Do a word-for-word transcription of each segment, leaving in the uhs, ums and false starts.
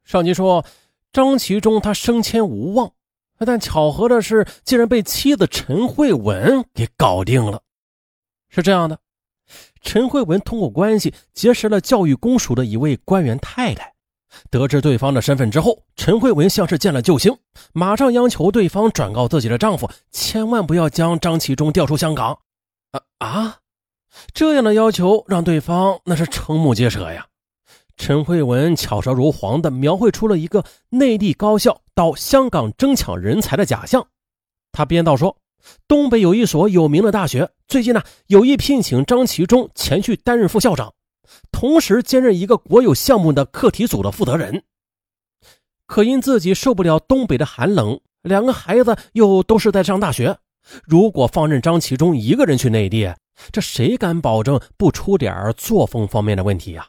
上集说张其中他升迁无望，但巧合的是竟然被妻子陈慧文给搞定了。是这样的，陈慧文通过关系结识了教育公署的一位官员太太，得知对方的身份之后，陈慧文像是见了救星，马上央求对方转告自己的丈夫，千万不要将张其中调出香港。啊啊！这样的要求让对方那是瞠目结舌呀。陈慧文巧舌如簧地描绘出了一个内地高校到香港争抢人才的假象。他编道说，东北有一所有名的大学，最近呢有意聘请张其中前去担任副校长，同时兼任一个国有项目的课题组的负责人。可因自己受不了东北的寒冷，两个孩子又都是在上大学，如果放任张其中一个人去内地，这谁敢保证不出点作风方面的问题呀？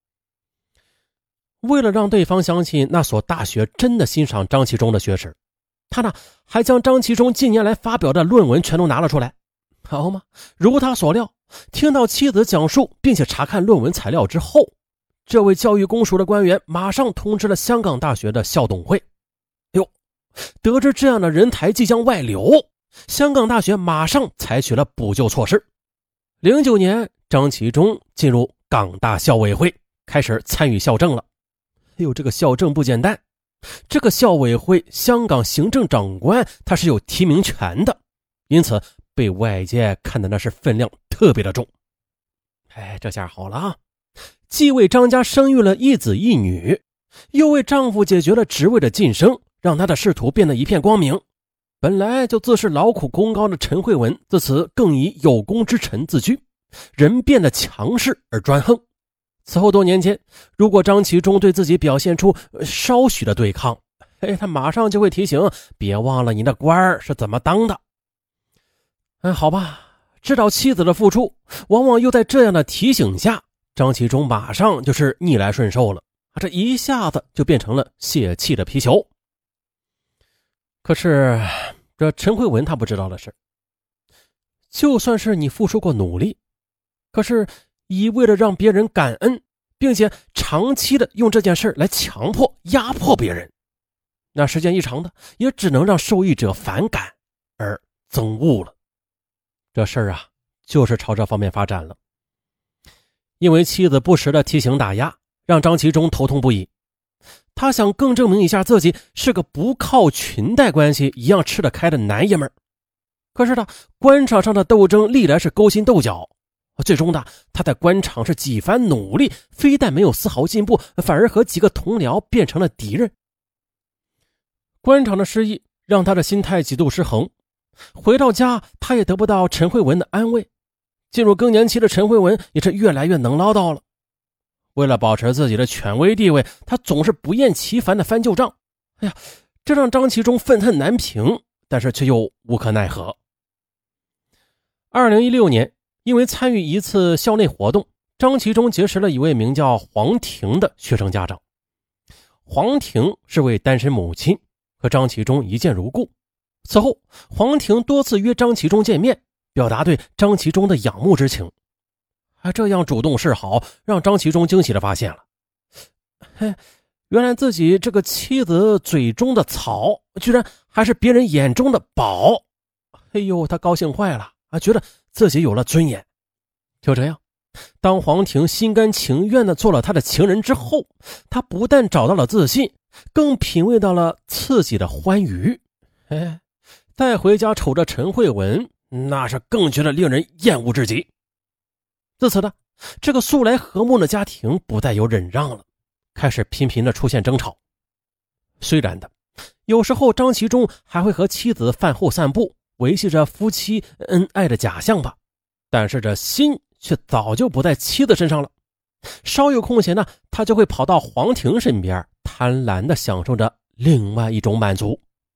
为了让对方相信那所大学真的欣赏张其中的学识，他呢还将张其中近年来发表的论文全都拿了出来。好吗？如他所料，听到妻子讲述并且查看论文材料之后，这位教育公署的官员马上通知了香港大学的校董会。哟，得知这样的人才即将外流，香港大学马上采取了补救措施。零九年，张其中进入港大校委会，开始参与校政了。哎呦，这个校政不简单，这个校委会香港行政长官他是有提名权的，因此被外界看的那是分量特别的重。哎，这下好了啊，既为张家生育了一子一女，又为丈夫解决了职位的晋升，让他的仕途变得一片光明。本来就自视劳苦功高的陈慧文，自此更以有功之臣自居，人变得强势而专横。此后多年间，如果张其中对自己表现出稍许的对抗，哎，他马上就会提醒，别忘了你的官儿是怎么当的。哎，好吧，知道妻子的付出，往往又在这样的提醒下，张其中马上就是逆来顺受了，这一下子就变成了泄气的皮球。可是这陈慧文他不知道的是，就算是你付出过努力，可是一味的让别人感恩，并且长期的用这件事来强迫压迫别人，那时间一长的也只能让受益者反感而憎恶了。这事儿啊就是朝这方面发展了。因为妻子不时的提醒打压，让张其中头痛不已。他想更证明一下自己是个不靠裙带关系一样吃得开的男爷们儿。可是他官场上的斗争历来是勾心斗角，最终的他在官场是几番努力，非但没有丝毫进步，反而和几个同僚变成了敌人。官场的失意让他的心态几度失衡，回到家他也得不到陈慧文的安慰。进入更年期的陈慧文也是越来越能唠叨了。为了保持自己的权威地位，他总是不厌其烦的翻旧账。哎呀，这让张其中愤恨难平，但是却又无可奈何。二零一六年，因为参与一次校内活动，张其中结识了一位名叫黄婷的学生家长。黄婷是位单身母亲，和张其中一见如故。此后，黄婷多次约张其中见面，表达对张其中的仰慕之情。这样主动示好，让张其中惊喜地发现了，嘿，原来自己这个妻子嘴中的草，居然还是别人眼中的宝。哎呦，他高兴坏了啊，觉得自己有了尊严。就这样，当黄婷心甘情愿地做了他的情人之后，他不但找到了自信，更品味到了刺激的欢愉。哎，再回家瞅着陈慧文，那是更觉得令人厌恶至极。自此的这个素来和睦的家庭不再有忍让了，开始频频的出现争吵。虽然的有时候张其中还会和妻子饭后散步，维系着夫妻恩爱的假象吧，但是这心却早就不在妻子身上了。稍有空闲呢，他就会跑到黄婷身边，贪婪的享受着另外一种满足。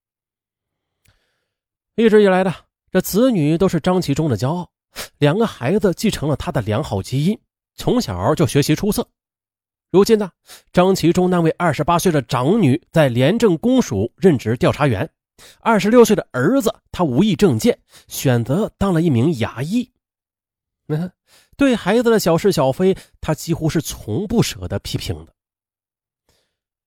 一直以来的这子女都是张其中的骄傲，两个孩子继承了他的良好基因，从小就学习出色。如今呢，张其中那位二十八岁的长女在廉政公署任职调查员，二十六岁的儿子他无意政见，选择当了一名牙医。嗯，对孩子的小事小非，他几乎是从不舍得批评的。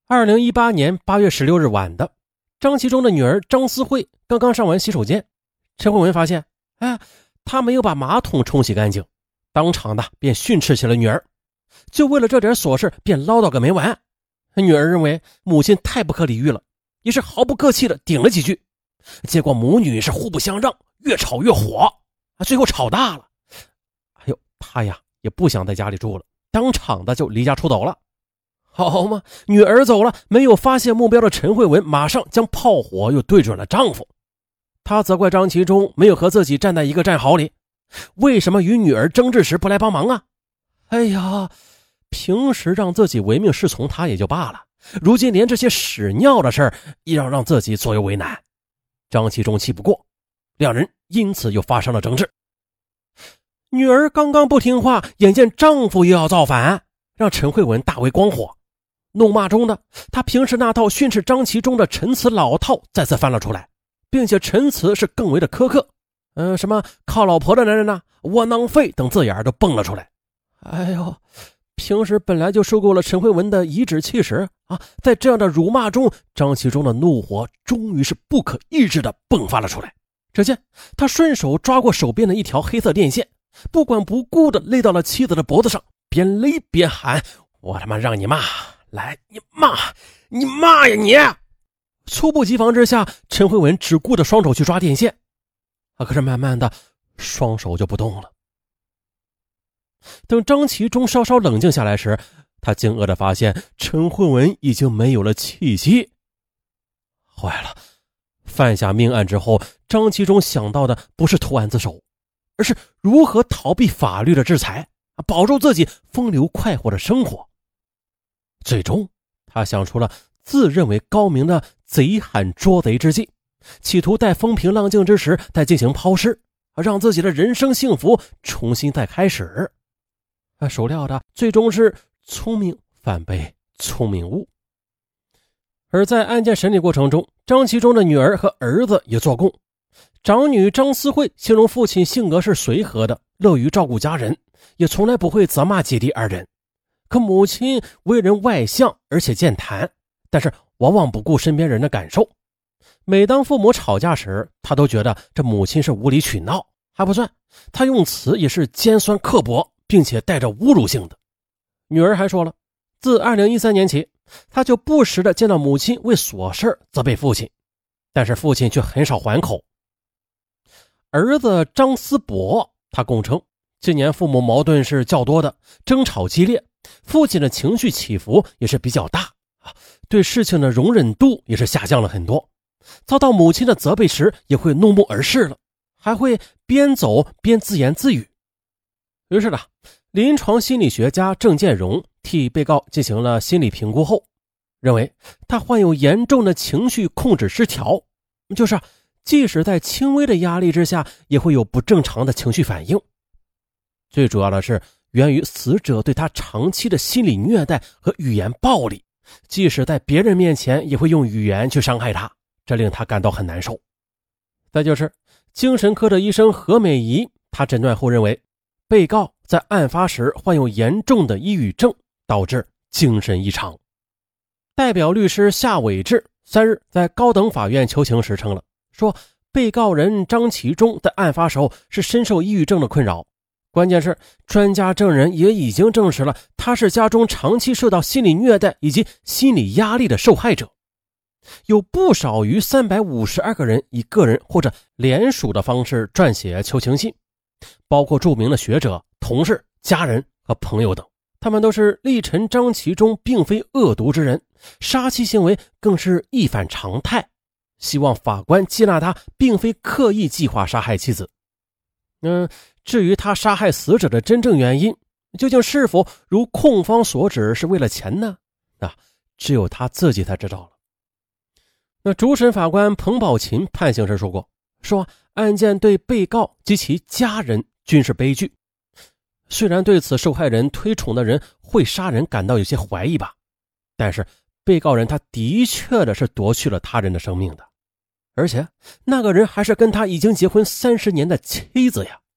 二零一八年八月十六日晚的，张其中的女儿张思慧刚刚上完洗手间，陈慧文发现，哎，她没有把马桶冲洗干净，当场的便训斥起了女儿，就为了这点琐事便唠叨个没完。女儿认为母亲太不可理喻了，也是毫不客气的顶了几句，结果母女是互不相让，越吵越火，最后吵大了。哎呦，她呀也不想在家里住了，当场的就离家出走了。好嘛，女儿走了，没有发现目标的陈慧文马上将炮火又对准了丈夫。她责怪张其中没有和自己站在一个战壕里，为什么与女儿争执时不来帮忙啊？哎呀，平时让自己唯命是从他也就罢了，如今连这些屎尿的事儿也要让自己左右为难。张其中气不过，两人因此又发生了争执。女儿刚刚不听话，眼见丈夫又要造反，让陈慧文大为光火。怒骂中的她平时那套训斥张其中的陈词老套再次翻了出来，并且陈词是更为的苛刻，嗯、呃，什么靠老婆的男人呢、啊、窝囊废等字眼都蹦了出来。哎呦，平时本来就受够了陈慧文的颐指气使啊，在这样的辱骂中，张其中的怒火终于是不可抑制的迸发了出来。只见他顺手抓过手边的一条黑色电线，不管不顾的勒到了妻子的脖子上，边勒边喊：我他妈让你骂，来你骂你骂呀你！猝不及防之下，陈慧文只顾着双手去抓电线，啊，可是慢慢的双手就不动了。等张其中稍稍冷静下来时，他惊愕地发现陈慧文已经没有了气息。坏了，犯下命案之后，张其中想到的不是投案自首，而是如何逃避法律的制裁，保住自己风流快活的生活。最终他想出了自认为高明的贼喊捉贼之计，企图待风平浪静之时再进行抛尸，让自己的人生幸福重新再开始。孰料的最终是聪明反被聪明误。而在案件审理过程中，张其中的女儿和儿子也作供。长女张思慧形容父亲性格是随和的，乐于照顾家人，也从来不会责骂姐弟二人。可母亲为人外向而且健谈，但是往往不顾身边人的感受。每当父母吵架时，他都觉得这母亲是无理取闹，还不算，他用词也是尖酸刻薄，并且带着侮辱性的。女儿还说了，自二零一三年起，他就不时的见到母亲为琐事责备父亲，但是父亲却很少还口。儿子张思博他供称，今年父母矛盾是较多的，争吵激烈，父亲的情绪起伏也是比较大，对事情的容忍度也是下降了很多，遭到母亲的责备时也会怒目而视了，还会边走边自言自语。于是呢，临床心理学家郑建荣替被告进行了心理评估后，认为他患有严重的情绪控制失调，就是即使在轻微的压力之下也会有不正常的情绪反应。最主要的是源于死者对他长期的心理虐待和语言暴力，即使在别人面前也会用语言去伤害他，这令他感到很难受。再就是精神科的医生何美仪，他诊断后认为被告在案发时患有严重的抑郁症，导致精神异常。代表律师夏伟志三日在高等法院求情时称了，说被告人张其中在案发时候是深受抑郁症的困扰，关键是专家证人也已经证实了他是家中长期受到心理虐待以及心理压力的受害者。有不少于三百五十二个人以个人或者联署的方式撰写求情信，包括著名的学者、同事、家人和朋友等，他们都是力陈张其中并非恶毒之人，杀妻行为更是一反常态，希望法官接纳他并非刻意计划杀害妻子。嗯，至于他杀害死者的真正原因，究竟是否如控方所指是为了钱呢？啊，只有他自己才知道了。那主审法官彭宝琴判刑时说过，说案件对被告及其家人均是悲剧。虽然对此受害人推崇的人会杀人感到有些怀疑吧，但是被告人他的确的是夺去了他人的生命的，而且那个人还是跟他已经结婚三十年的妻子呀。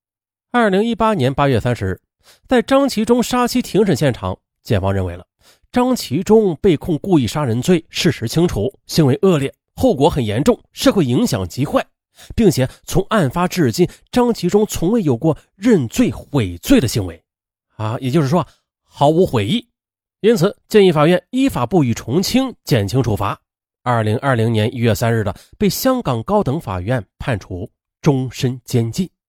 二零一八年八月三十日，在张其中杀妻庭审现场，检方认为了张其中被控故意杀人罪，事实清楚，行为恶劣，后果很严重，社会影响极坏，并且从案发至今，张其中从未有过认罪悔罪的行为啊，也就是说毫无悔意。因此建议法院依法不予从轻，减轻处罚。二零二零年一月三日的被香港高等法院判处终身监禁。